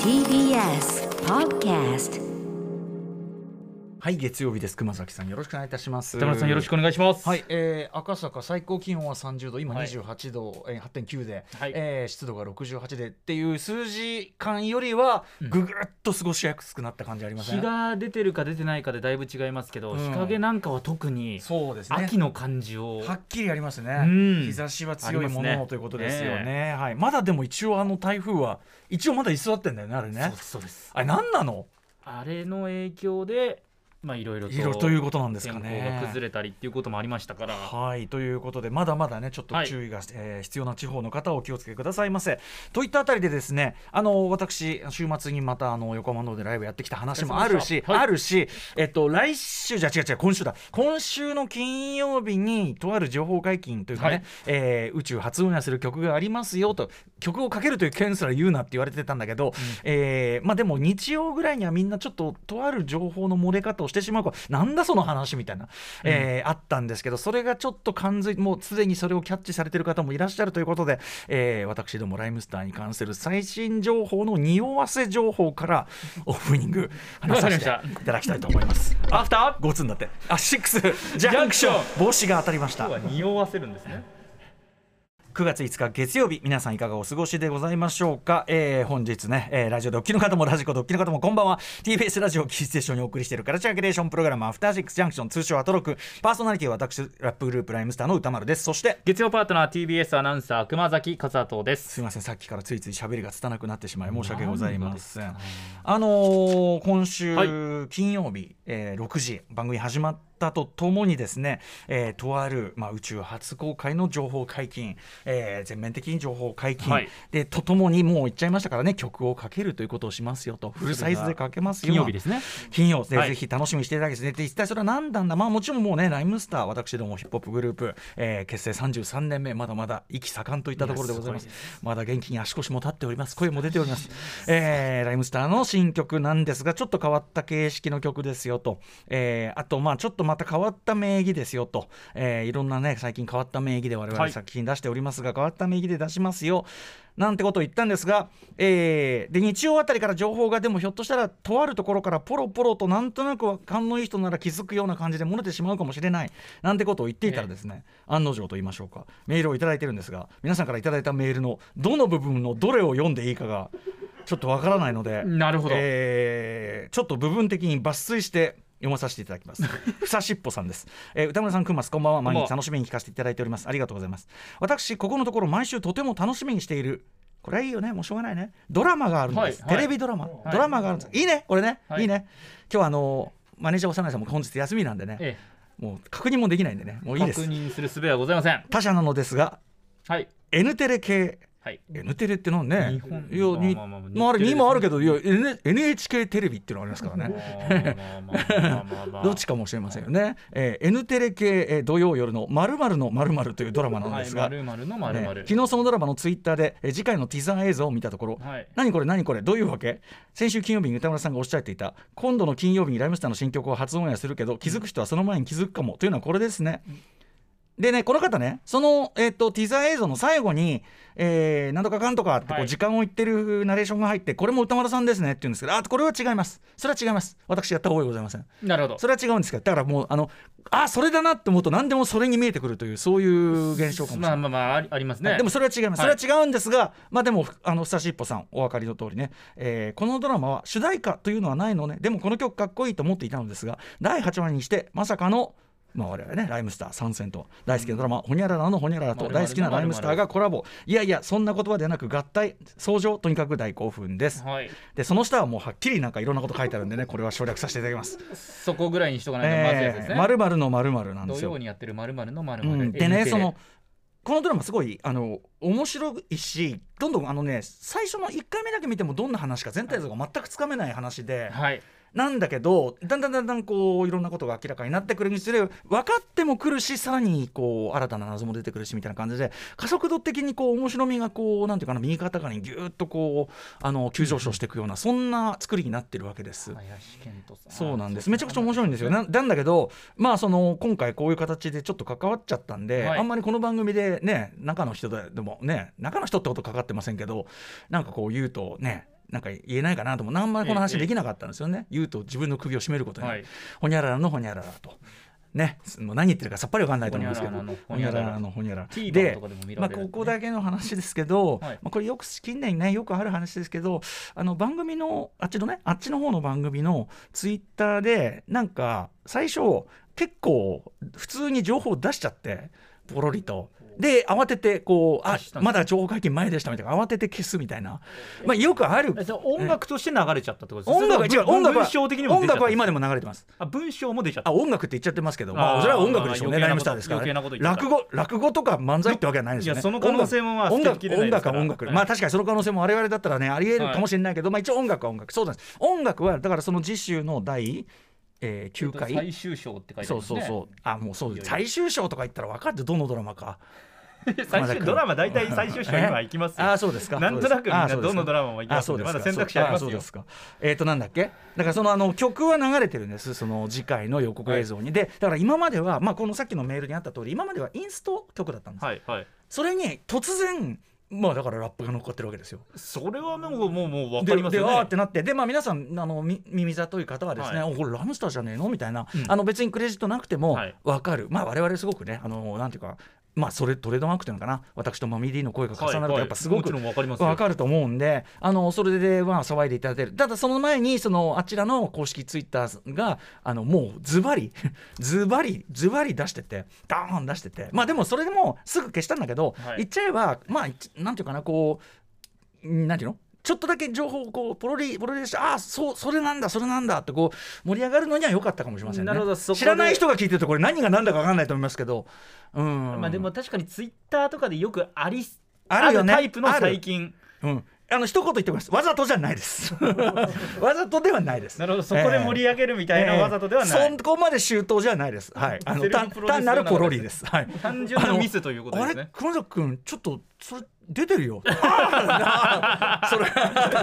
TBS Podcast。 はい、月曜日です。熊崎さんよろしくお願いいたします。 田村さんよろしくお願いします。 はい、赤坂最高気温は30度、今28度、8.9 で、 はい湿度が68でっていう数字感よりはぐぐっと過ごしやすくなった感じありません？ 日が出てるか出てないかでだいぶ違いますけど、日陰なんかは特にそうですね、 秋の感じをはっきりありますね、日差しは強いもののということですよね。はい、まだでも一応台風は一応まだ居座ってんだよね、あれね。 そうです。 あれ何なの？ あれの影響でいろいろということなんですかね。 天候が崩れたりっていうこともありましたから。 はい、ということでまだまだねちょっと注意が、必要な地方の方はお気をつけくださいませといったあたりでですね、私週末にまた横浜の方でライブやってきた話もあるし、 はい、 来週じゃ違う今週の金曜日にとある情報解禁というかね、宇宙初オンエアする曲がありますよと、曲をかけるという件すら言うなって言われてたんだけど、でも日曜ぐらいにはみんなちょっととある情報の漏れ方をしてしまうからなんだその話みたいな、あったんですけど、それがちょっともうすでにそれをキャッチされている方もいらっしゃるということで、私どもライムスターに関する最新情報の匂わせ情報からオープニング話させていただきたいと思います。 アフター 5つになって6ジャンクション帽子が当たりました。 今日は匂わせるんですね。 9月5日月曜日、皆さんいかがお過ごしでございましょうか。本日ね、ラジオドッキの方もラジコドッキの方もこんばんは。 TBS ラジオキーステーションにお送りしているカルチャーキュレーションプログラムアフターシックスジャンクション、通称アトロク。パーソナリティは私ラップグループライムスターの歌丸です。そして月曜パートナー TBS アナウンサー熊崎和人です。 すいません、さっきからついつい喋りが拙くなってしまい申し訳ございません。今週、金曜日、6時番組始まったとともにですね、とある、宇宙初公開の情報解禁、全面的に情報解禁、でとともにもう言っちゃいましたからね、曲をかけるということをしますよと、フルサイズでかけますよ、 金曜日ですね。 金曜で、ぜひ楽しみにしていただきたいですね。一体それは何なんだ。もちろんもうね、ライムスター、私どもヒップホップグループ、結成33年目、まだまだ息盛んといったところでございます。まだ元気に足腰も立っております。声も出ております。ライムスターの新曲なんですが、ちょっと変わった形式の曲ですよと、あとちょっとまた変わった名義ですよと、いろんなね最近変わった名義で我々作品出しておりますが、変わった名義で出しますよなんてことを言ったんですが、で日曜あたりから情報がでもひょっとしたらとあるところからポロポロとなんとなく勘のいい人なら気づくような感じで漏れてしまうかもしれないなんてことを言っていたらですね、案の定と言いましょうか、メールをいただいてるんですが、皆さんからいただいたメールのどの部分のどれを読んでいいかがちょっとわからないので、 なるほど、 ちょっと部分的に抜粋して読まさせていただきます。ふさしっぽさんです。歌村さん、くんます、こんばんは。毎日楽しみに聞かせていただいております。ありがとうございます。私ここのところ毎週とても楽しみにしている、これはいいよね、もうしょうがないね、ドラマがあるんです、テレビドラマ、ドラマがあるんです。いいねこれね、いいね。今日はマネージャー長内さんも本日休みなんでね、もう確認もできないんでね、もういいです。 確認する術はございません。 他社なのですが、N テレ系、N テレってのね、 日本いやあれにもあるけど、いや NHK テレビっていうのがありますからねどっちかもしれませんよね。N テレ系、土曜夜の〇〇の〇〇というドラマなんですが、 昨日そのドラマのツイッターで、次回のティザー映像を見たところ、何これどういうわけ、先週金曜日に歌村さんがおっしゃっていた、今度の金曜日にライムスターの新曲を初オンエアするけど気づく人はその前に気づくかもというのはこれですね。でね、この方ね、その、ティザー映像の最後に、なんとかかんとかって時間を言ってるナレーションが入って、これも歌丸さんですねって言うんですけど、これは違います。それは違います。私やった覚えございません。 なるほど。 それは違うんですけど、だからもうそれだなって思うと何でもそれに見えてくるという、そういう現象かもしれない。 ありますね。 でもそれは違います。それは違うんですが、でもふさしっぽさんお分かりの通りね、このドラマは主題歌というのはないのね。でもこの曲かっこいいと思っていたのですが、第8話にしてまさかの我々ね、ライムスター参戦と、大好きなドラマホニャララのホニャララと大好きなライムスターがコラボ。いやいや、そんな言葉ではなく合体、相乗、とにかく大興奮です。でその下はもうはっきりなんかいろんなこと書いてあるんでね、これは省略させていただきます。 そこぐらいにしとかないとまずいやつですね。 〇〇の〇〇なんですよ。 土曜にやってる〇〇の〇〇、 でね、このドラマすごい面白いし、どんどん最初の1回目だけ見てもどんな話か全体像が全くつかめない話で、なんだけどだんだんこういろんなことが明らかになってくるにつれ分かってもくるし、さらにこう新たな謎も出てくるしみたいな感じで、加速度的にこう面白みがこうなんていうかな、右肩上がりにギューッとこう急上昇していくような、そんな作りになってるわけです。そうなんです。めちゃくちゃ面白いんですよ。なんだけど今回こういう形でちょっと関わっちゃったんで、あんまりこの番組でね中の人でもね、中の人ってことかかってませんけど、なんかこう言うとね、 なんか言えないかなと思う。あんまりこの話できなかったんですよね、言うと自分の首を絞めることになる、ほにゃららのほにゃららとね、もう何言ってるかさっぱり分かんないと思うんですけど、ほにゃららのほにゃららで、ここだけの話ですけど、これよく近年ねよくある話ですけど、番組のあっちの方の番組のツイッターでなんか最初結構普通に情報を出しちゃってポロリと。で慌ててこうまだ情報解禁前でしたみたいな、慌てて消すみたいな、よくある。 音楽として流れちゃったってことですか？ 音楽は音楽は今でも流れてます。 文章も出ちゃった。 音楽って言っちゃってますけど、それは音楽でしょうね。ライムスターですから、落語とか漫才ってわけはないですよね。 その可能性も音楽は音楽、確かにその可能性も我々だったらねありえるかもしれないけど、一応音楽は音楽、そうなんです。音楽はだからその次週の第9回最終章って書いてあるんですね。 そうもうそうです。最終章とか言ったら分かってどのドラマか最終ドラマ大体最終章今行きますよ。 そうですか。 なんとなくみんなどのドラマも行きますので、まだ選択肢ありますよ。 そうですか。なんだっけ、だからその曲は流れてるんです、その次回の予告映像に。でだから今まではこのさっきのメールにあった通り、今まではインスト曲だったんです。それに突然だからラップが乗っかってるわけですよ。 それはもう分かりますよね。 でってなって、で皆さん耳ざとい方はですね、これラムスターじゃねえのみたいな、別にクレジットなくても分かる。我々すごくねなんていうかそれトレードマークというのかな、私とマミディの声が重なるとやっぱすごく分かると思うんで、それで騒いでいただいてる。ただその前にあちらの公式ツイッターがもうズバリ出してて、ダーン出してて、でもそれでもすぐ消したんだけど、言っちゃえばなんていうかな、こうなんていうの、ちょっとだけ情報をポロリしてそれなんだってこう盛り上がるのには良かったかもしれませんね。知らない人が聞いてるとこれ何が何だか分かんないと思いますけど、 でも確かにツイッターとかでよくあるよね、 タイプの最近一言言ってます。わざとじゃないですわざとではないです。 なるほど、そこで盛り上げるみたいなわざとではない、 そこまで周到じゃないです。単なるポロリです。 単純なミスということですね。 熊崎君ちょっとそれ出てるよそれ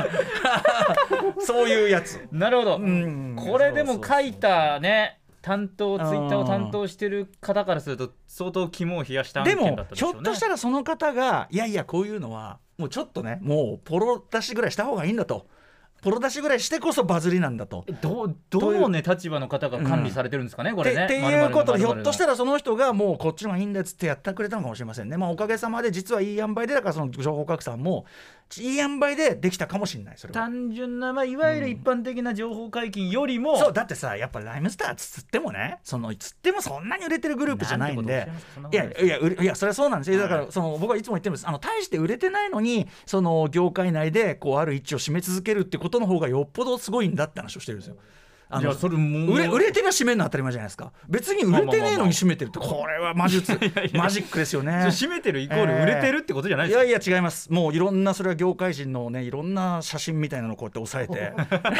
そういうやつ。 なるほど。これでも書いたねツイッターを担当してる方からすると相当肝を冷やした案件だったでしょうね。 でもひょっとしたらその方がいやこういうのはもうちょっとね、もうポロ出しぐらいした方がいいんだと、ポロ出しぐらいしてこそバズりなんだと。 どのね立場の方が管理されてるんですかね、これね。 っていうことでひょっとしたらその人がもうこっちの方がいいんだっつってやってくれたのかもしれませんね。おかげさまで実はいい塩梅で、だからその情報拡散もいい塩梅でできたかもしれない。それは単純ないわゆる一般的な情報解禁よりも、 そうだってさ、やっぱライムスターつってもね、つってもそんなに売れてるグループじゃないんで、いやそれはそうなんですよ。だから僕はいつも言ってるんです。大して売れてないのにその業界内である位置を占め続けるってことの方がよっぽどすごいんだって話をしてるんですよ。 それも売れてりゃ締めるの当たり前じゃないですか。別に売れてねえのに締めてるってこれはマジックですよね。 締めてるイコール売れてるってことじゃないですか。 いや違います。もういろんなそれは業界人のねいろんな写真みたいなのをこうやって押さえて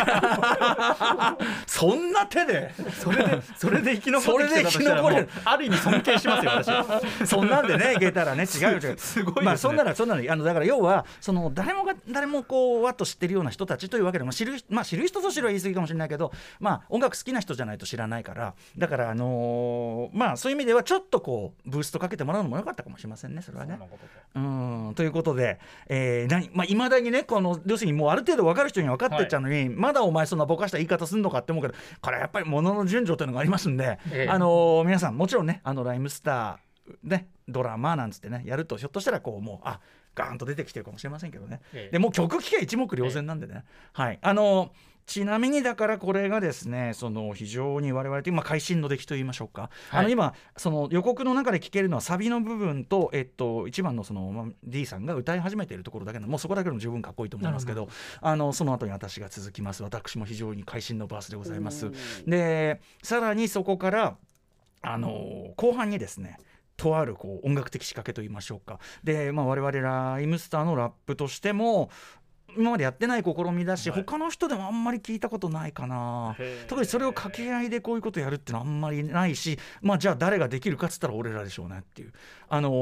そんな手でそれで生き残ってきてたとしたらもうある意味尊敬しますよ私はそんなんでねいけたらね違うすごいですね。 そんなのだから要は誰もこうわっと知ってるような人たちというわけでも知る人ぞ知るは言い過ぎかもしれないけど、音楽好きな人じゃないと知らないから、だからそういう意味ではちょっとこうブーストかけてもらうのも良かったかもしれませんね、それはね。ということでいまだにね要するにもうある程度分かる人には分かってっちゃうのに、まだお前そんなぼかした言い方すんのかって思うけど、これはやっぱりものの順序というのがありますんで、皆さんもちろんねライムスターねドラマなんつってねやるとひょっとしたらもうガーンと出てきてるかもしれませんけどね、でもう曲聴け一目瞭然なんでね、ちなみにだからこれがですね非常に我々と会心の出来と言いましょうか、今予告の中で聴けるのはサビの部分と、1番のD さんが歌い始めているところだけでもうそこだけでも十分かっこいいと思いますけど、その後に私が続きます。私も非常に会心のバースでございます。でさらにそこから後半にですねとある音楽的仕掛けといいましょうか。で、我々ライムスターのラップとしても今までやってない試みだし、他の人でもあんまり聞いたことないかな。特にそれを掛け合いでこういうことやるってのはあんまりないし、じゃあ誰ができるかっつったら俺らでしょうねっていう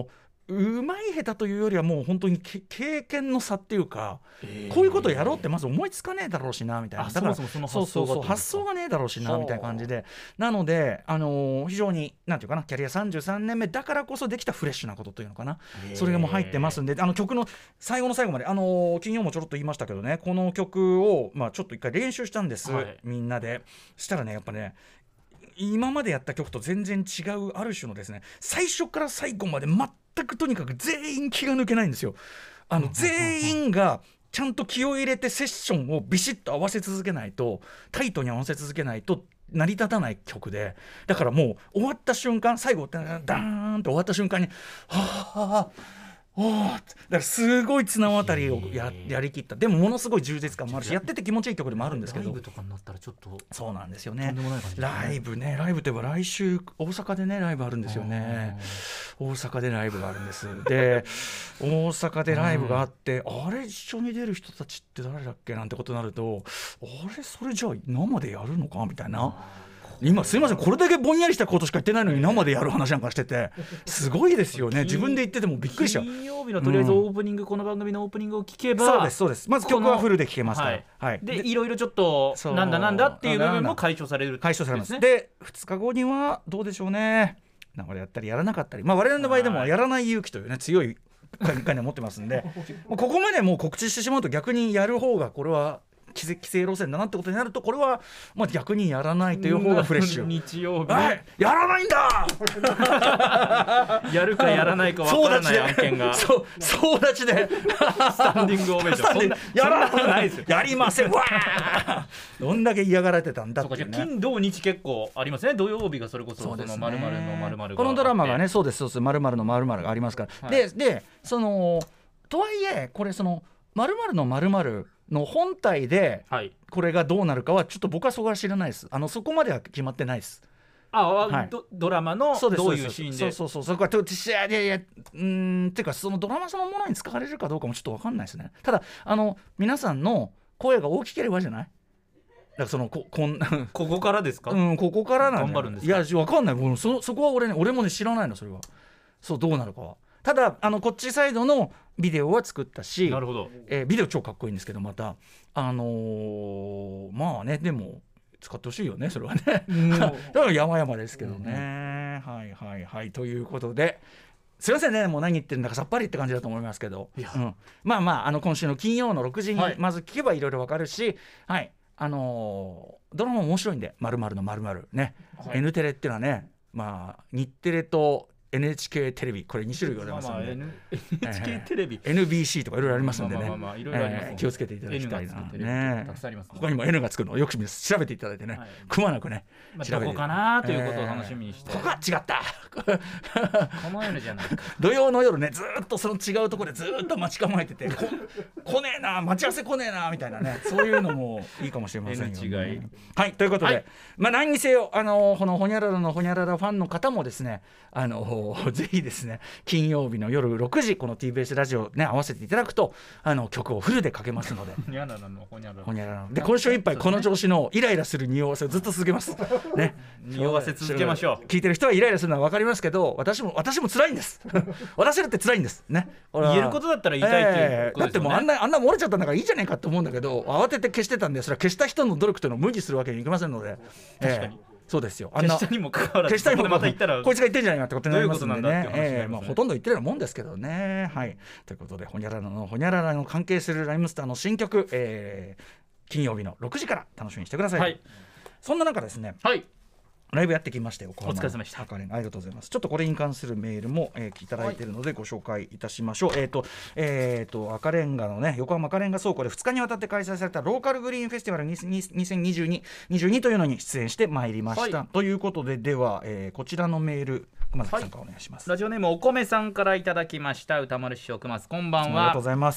うまい下手というよりはもう本当に経験の差っていうか、こういうことやろうってまず思いつかねえだろうしなみたいな、だからそう発想がねえだろうしなみたいな感じで、なので、非常になんていうかな、キャリア33年目だからこそできたフレッシュなことというのかな、それがもう入ってますんで、曲の最後の最後まで金曜もちょろっと言いましたけどね、この曲をちょっと一回練習したんです、みんなで。したらね、やっぱね、今までやった曲と全然違うある種のですね、最初から最後まで全くとにかく全員気が抜けないんですよ。全員がちゃんと気を入れてセッションをビシッと合わせ続けないと、タイトに合わせ続けないと成り立たない曲で、だからもう終わった瞬間、最後ダーンと終わった瞬間にはぁだからすごい綱渡りをやりきった。でもものすごい充実感もあるし、やってて気持ちいい曲でもあるんですけど、 ライブとかになったらちょっとそうなんですよね。 ライブといえば来週大阪でねライブあるんですよね。大阪でライブがあるんです。で大阪でライブがあって、あれ一緒に出る人たちって誰だっけなんてことになると、あれそれじゃあ生でやるのかみたいな。今すいません、これだけぼんやりしたことしか言ってないのに生でやる話なんかしててすごいですよね。自分で言っててもびっくりしちゃう。 金曜日のとりあえずオープニング、この番組のオープニングを聞けば、 そうですまず曲はフルで聴けますから、 でいろいろちょっとなんだっていう部分も解消される、 解消されます。で2日後にはどうでしょうね、生でやったりやらなかったり、我々の場合でもやらない勇気というね強い概念を持ってますんでここまでもう告知してしまうと逆にやる方がこれは規制路線だなってことになると、これは逆にやらないという方がフレッシュ。 日曜日、 やらないんだやるかやらないか分からない案件が総立ちでスタンディングオベーション、 やらないですよ、やりませんわどんだけ嫌がられてたんだっていうね。 金土日結構ありますね。土曜日がそれこそ〇〇の〇〇が、 このドラマがね、そうです〇〇の〇〇がありますから、でとはいえこれ〇〇の〇〇の本体でこれがどうなるかはちょっと僕はそこは知らないです。そこまでは決まってないです。 ドラマのどういうシーンで、 そこはっていうかそのドラマそのものに使われるかどうかもちょっと分かんないですね。ただ皆さんの声が大きければじゃない。だからここからですか。 ここからなん頑張るんですか。 いや分かんない。そこは俺もね知らないの、それは。そうどうなるかは。ただこっちサイドのビデオは作ったし、 なるほど、 ビデオ超かっこいいんですけど、またまあね、でも使ってほしいよね、それはねだから山々ですけどね、はいということで、すいませんね、もう何言ってるんだかさっぱりって感じだと思いますけど、今週の金曜の6時にまず聞けばいろいろわかるし、ドラマ面白いんで、〇〇の〇〇ね、N テレっていうのはね、日テレとNHK テレビ、これ2種類ございますので、 NHK テレビ NBC とかいろいろありますんでね、気をつけていただきたいな。他にも N がつくのをよく調べていただいてね、くまなくねどこかなということを楽しみにして、 ここは違ったこの N じゃないか土曜の夜ね、ずっとその違うところでずっと待ち構えてて来ねえな、待ち合わせ来ねえなみたいなね、そういうのもいいかもしれませんよね。はいということで、何にせよこのホニャララのホニャララファンの方もですね、ぜひですね、金曜日の夜6時この TBS ラジオね合わせていただくと曲をフルでかけますのでホニャララのホニャララホニャララで今週いっぱいこの調子のイライラする匂わせをずっと続けますね。 匂わせ続けましょう。 聞いてる人はイライラするのは分かりますけど、私も辛いんです私だって辛いんですね。 言えることだったら言いたいっていうことですよね。 だってもうあんな漏れちゃったんだからいいじゃないかと思うんだけど、慌てて消してたんで、それは消した人の努力というのを無視するわけにいきませんので、 確かにそうですよ。 消したにもかかわらず、 消したにもまた言ったらこいつが言ってんじゃないかってことになりますんでね。 ほとんど言ってるようなもんですけどね。はいということで、ホニャララの関係するライムスターの新曲、金曜日の6時から楽しみにしてください。そんな中ですね、ライブやってきましたよ。 お疲れ様でした。 ありがとうございます。ちょっとこれに関するメールも、いただいているのでご紹介いたしましょう。赤レンガのね、横浜赤レンガ倉庫で2日にわたって開催されたローカルグリーンフェスティバル2022というのに出演してまいりました。ということで、では、こちらのメール熊崎さんからお願いします。 ラジオネームお米さんからいただきました。歌丸師匠、熊津こんばんは。 ありがとうございます。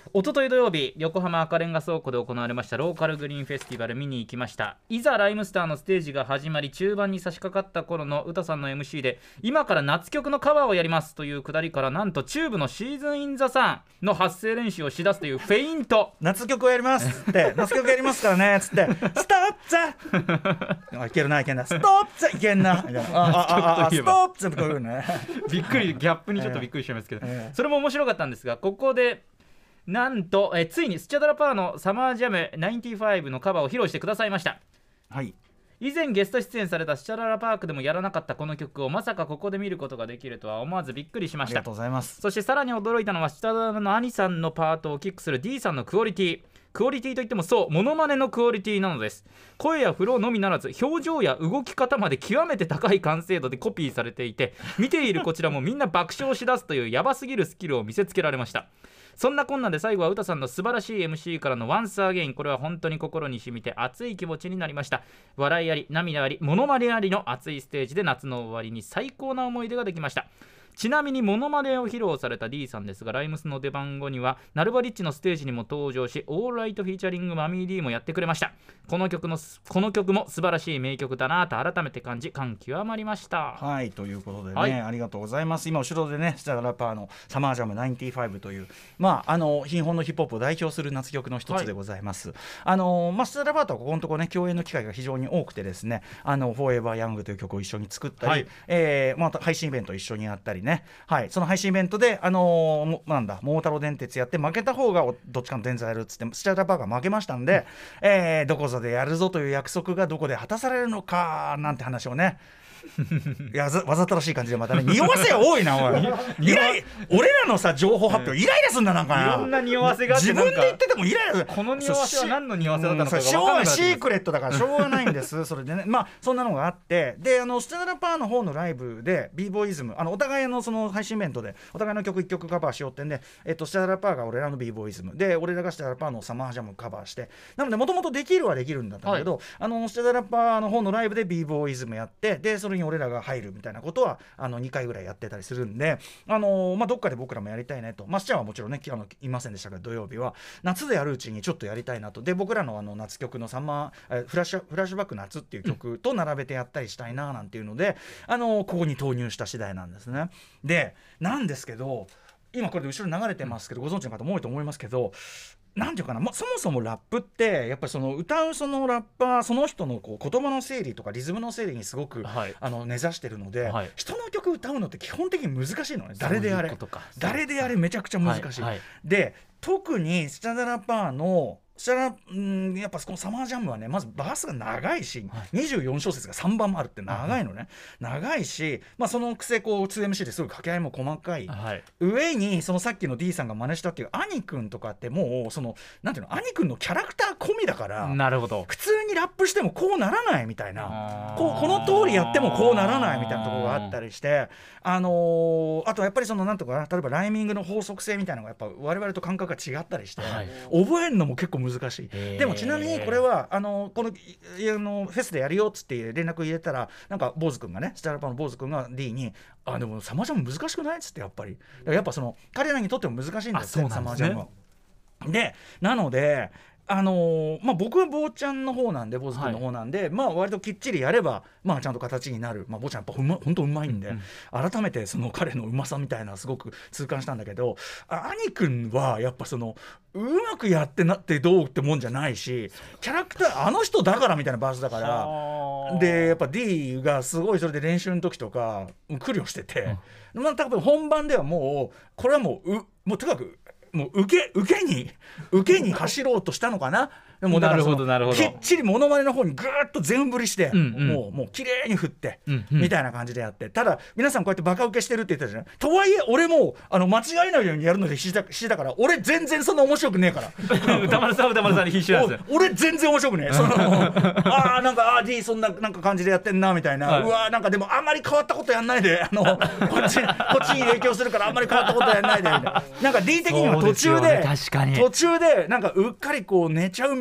一昨日土曜日、横浜赤レンガ倉庫で行われましたローカルグリーンフェスティバル見に行きました。いざライムスターのステージが始まり、中盤に差し掛かった頃の歌さんの MC で、今から夏曲のカバーをやりますというくだりから、なんとチューブのシーズンインザサンの発声練習をしだすというフェイント。 夏曲をやりますって夏曲やりますからねつってストップザいけるないけんなストップザいけんなみたいなストップザってこういうねびっくり、ギャップにちょっとびっくりしちゃいますけど、それも面白かったんですが、ここでなんとついにスチャダラパーのサマージャム95のカバーを披露してくださいました。 はい、 以前ゲスト出演されたスチャダラパークでもやらなかったこの曲をまさかここで見ることができるとは思わずびっくりしました。 ありがとうございます。 そしてさらに驚いたのはスチャダラのアニさんのパートをキックする D さんのクオリティといってもそうモノマネのクオリティなのです。声やフローのみならず表情や動き方まで極めて高い完成度でコピーされていて、見ているこちらもみんな爆笑しだすというヤバすぎるスキルを見せつけられました。そんなこんなで最後は歌さんの素晴らしい MC からのワンスアゲイン、これは本当に心に染みて熱い気持ちになりました。笑いあり涙ありモノマネありの熱いステージで夏の終わりに最高な思い出ができました。ちなみにモノマネを披露された D さんですが、ライムスの出番後にはナルバリッチのステージにも登場し、オールライトフィーチャリングマミー D もやってくれました。この曲も素晴らしい名曲だなと改めて感じ感極まりました。 はい、ということでね、 はい、 ありがとうございます。今後ろでねスチャダラパーのサマージャム95という貧困のヒップホップを代表する夏曲の一つでございます。スチャダラパーとはここのところね共演の機会が非常に多くてですね、フォーエバーヤングという曲を一緒に作ったり、また配信イベント一緒にやったりね、はい、その配信イベントで桃太郎電鉄やって負けた方がどっちかの電座やるっつってスチャダラパーが負けましたんで、どこぞでやるぞという約束がどこで果たされるのかなんて話をねいやわざとらしい感じでまたね匂わせが多いなおい俺らのさ情報発表イライラすんだなんかいろんな匂わせがあって自分で言っててもイライラこの匂わせは何の匂わせだったのかが分からなくなってシークレットだからしょうがないんですそれでねそんなのがあってでスチャダラパーの方のライブで b ボーイズムお互いのその配信イベントでお互いの曲1曲カバーしようってんでスチャダラパーが俺らの b ボーイズムで俺らがスチャダラパーのサマージャムカバーしてなのでもともとできるはできるんだったんだけど、スチャダラパーの方のライブで b ボーイズムやってでそれに俺らが入るみたいなことは2回ぐらいやってたりするんでどっかで僕らもやりたいねとスチャはもちろんねいませんでしたが土曜日は夏でやるうちにちょっとやりたいなとで僕らの夏曲のフラッシュバック夏っていう曲と並べてやったりしたいななんていうのでここに投入した次第なんですね。でなんですけど今これで後ろに流れてますけどご存知の方も多いと思いますけどなんていうかな、そもそもラップってやっぱりその歌うそのラッパーその人の言葉の整理とかリズムの整理にすごく、根ざしてるので、人の曲歌うのって基本的に難しいのね。誰であれめちゃくちゃ難しい、で特にスチャダラパーのやっぱこのサマージャムはねまずバースが長いし、24小節が3番もあるって長いのね、長いし、そのくせ2MC ですごい掛け合いも細かい、上にそのさっきの D さんが真似したっていうアニくんとかってもうそのなんていうのアニくんのキャラクター込みだからなるほど普通にラップしてもこうならないみたいなこの通りやってもこうならないみたいなところがあったりしてあとやっぱりそのなんとか例えばライミングの法則性みたいなのがやっぱ我々と感覚が違ったりして、覚えるのも結構難しい。でもちなみにこれはこのフェスでやるよっつって連絡入れたらなんか坊主くんがねスチャダラパーの坊主くんが D にでもサマージャム難しくないっつってやっぱりその彼らにとっても難しいんですねサマージャムは。でなので僕は坊ちゃんの方なんで坊主くんの方なんで、割ときっちりやればちゃんと形になる、坊ちゃんやっぱ本当うまいんで、改めてその彼のうまさみたいなすごく痛感したんだけど兄くんはやっぱそのうまくやってなってどうってもんじゃないしキャラクター人だからみたいなバースだからでやっぱ D がすごいそれで練習の時とか苦慮してて、多分本番ではもうこれはもうとにかくもう受けに走ろうとしたのかな。もうだからきっちりモノマネの方にぐーっと全振りして、もう綺麗に振って、みたいな感じでやってただ皆さんこうやってバカ受けしてるって言ったじゃない。とはいえ俺も間違えないようにやるので必死だから俺全然そんな面白くねえから歌丸さんに必死なんですよ。 俺全然面白くねえなんかD そんななんか感じでやってんなみたいな、うわなんかでもあんまり変わったことやんないでこっちに影響するからあんまり変わったことやんないでみたいななんか D 的には途中でなんかうっかりこう寝ちゃうみたいな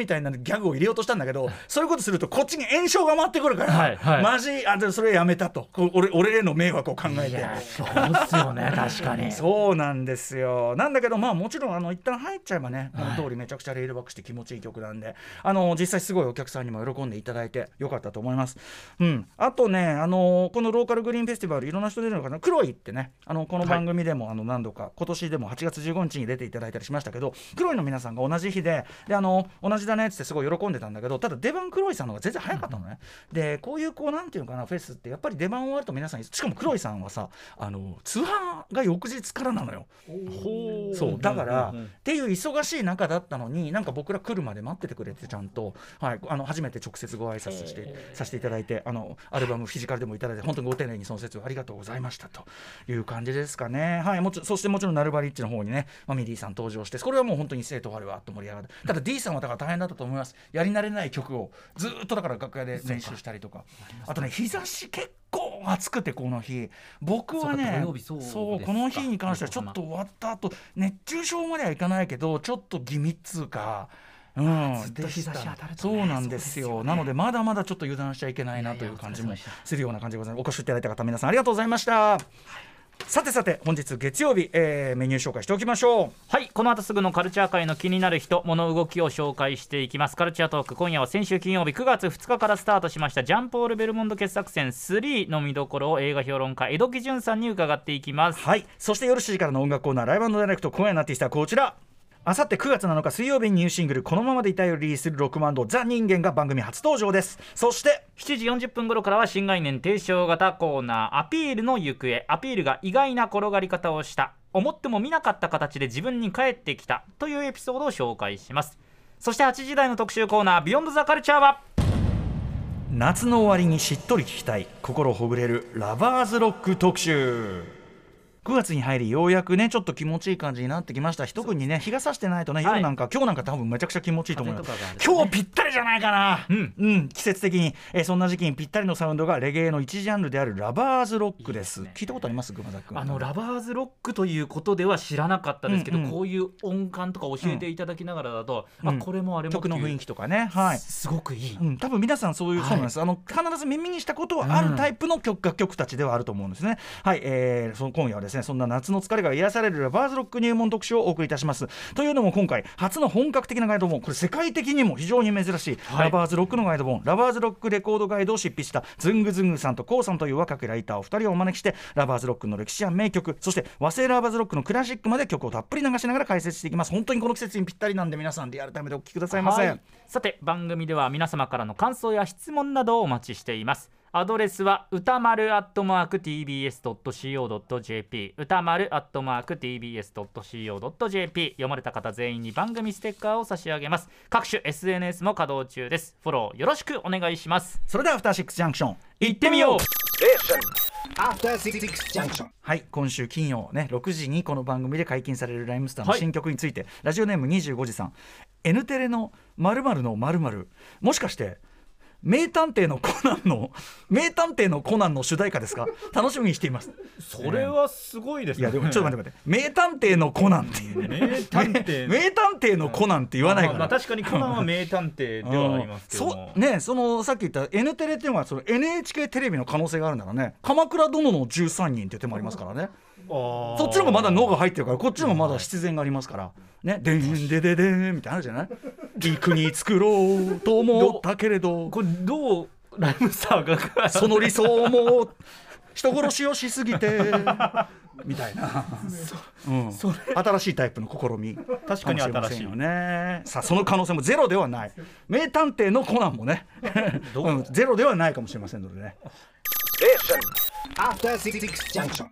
みたいなギャグを入れようとしたんだけど、そういうことするとこっちに炎症が回ってくるから、 はいはい、 マジそれやめたと、俺への迷惑を考えて。 そうっすよね確かにそうなんですよ。なんだけどもちろん一旦入っちゃえばね、この通りめちゃくちゃレイルバックして気持ちいい曲なんで、実際すごいお客さんにも喜んでいただいてよかったと思います。あとねこのローカルグリーンフェスティバルいろんな人出るのかな、黒いってねこの番組でも何度か今年でも8月15日に出ていただいたりしましたけど、黒いの皆さんが同じ日で同じだねってすごい喜んでたんだけど、ただ出番黒いさんの方が全然早かったのね。でこういうなんていうのかな、フェスってやっぱり出番終わると皆さん、しかも黒いさんはさ通販が翌日からなのよ。そうだから、っていう忙しい中だったのに、なんか僕ら来るまで待っててくれて、ちゃんと、初めて直接ご挨拶させていただいて、アルバムフィジカルでもいただいて本当にご丁寧にその説をありがとうございましたという感じですかね。そしてもちろんナルバリッチの方にね、ミディさん登場して、これはもう本当に生徒あるわと盛り上がる。ただ D さんはだから大変だったと思います。やり慣れない曲をずっとだから楽屋で練習したりとか、あとね日差し結構暑くて、この日僕はねそうこの日に関してはちょっと終わった後熱中症まではいかないけどちょっと気味っつうか、 ずっと日差し当たるとね、 そうなんですよ。なのでまだまだちょっと油断しちゃいけないなという感じもするような感じでございます。お越しいただいた方皆さんありがとうございました。さて本日月曜日、メニュー紹介しておきましょう。 はい、この後すぐのカルチャー界の気になる人物動きを紹介していきます。カルチャートーク、今夜は先週金曜日9月2日からスタートしましたジャンポール・ベルモンド傑作選3の見どころを映画評論家江戸木潤さんに伺っていきます。 はい、そして夜7時からの音楽コーナーライブ&ダイレクト、今夜のアーティストはこちら。あさって9月7日水曜日にニューシングルこのままでいたいをリリースするロックバンドザ・人間が番組初登場です。そして 7時40分頃からは新概念提唱型コーナーアピールの行方。アピールが意外な転がり方をした、思っても見なかった形で自分に返ってきたというエピソードを紹介します。そして8時台の特集コーナービヨンドザカルチャーは、 夏の終わりにしっとり聞きたい心ほぐれるラバーズロック特集。9月に入りようやくねちょっと気持ちいい感じになってきました。特にね日が差してないとね、夜なんか今日なんか多分めちゃくちゃ気持ちいいと思います。今日ぴったりじゃないかな。季節的に、そんな時期にぴったりのサウンドがレゲエの一ジャンルであるラバーズロックです。聞いたことあります熊崎君？ ラバーズロックということでは知らなかったですけど、こういう音感とか教えていただきながらだと、これもあれも曲の雰囲気とかね、 すごくいい、 多分皆さんそうなんです。必ず耳にしたことはあるタイプの楽曲たちではあると思うんですね。今夜はですねそんな夏の疲れが癒されるラバーズロック入門特集をお送りいたします。というのも今回初の本格的なガイド本、これ世界的にも非常に珍しい、ラバーズロックのガイド本、ラバーズロックレコードガイドを執筆したズングズングさんとコウさんという若きライターお二人をお招きして、ラバーズロックの歴史や名曲、そして和製ラバーズロックのクラシックまで曲をたっぷり流しながら解説していきます。本当にこの季節にぴったりなんで皆さんリアルタイムでお聞きくださいませ。 さて番組では皆様からの感想や質問などをお待ちしています。アドレスは歌丸@tbs.co.jp 歌丸@tbs.co.jp 読まれた方全員に番組ステッカーを差し上げます。各種 SNS も稼働中です。フォローよろしくお願いします。 それではアフターシックスジャンクション行ってみよう。 はい、今週金曜ね6時にこの番組で解禁されるライムスターの新曲について、ラジオネーム25時さん、 N テレの〇〇の〇〇、もしかして名探偵のコナンの主題歌ですか？楽しみにしています。 それはすごいですね。 いやでもちょっと待って名探偵のコナンっていう名探偵のコナンって言わないから、 確かにコナンは名探偵ではありますけども、 さっき言った N テレっていうのはNHK テレビの可能性があるならね、鎌倉殿の13人っていう手もありますからね。そっちの方がまだ脳が入ってるから、こっちの方がまだ必然がありますからね。でんでででんみたいなのあるじゃない。いい国作ろうと思ったけれど、 これどうライムスターがその理想も人殺しをしすぎてみたいな、新しいタイプの試み、 確かに新しいよね。さあその可能性もゼロではない。名探偵のコナンもねゼロではないかもしれませんのでね。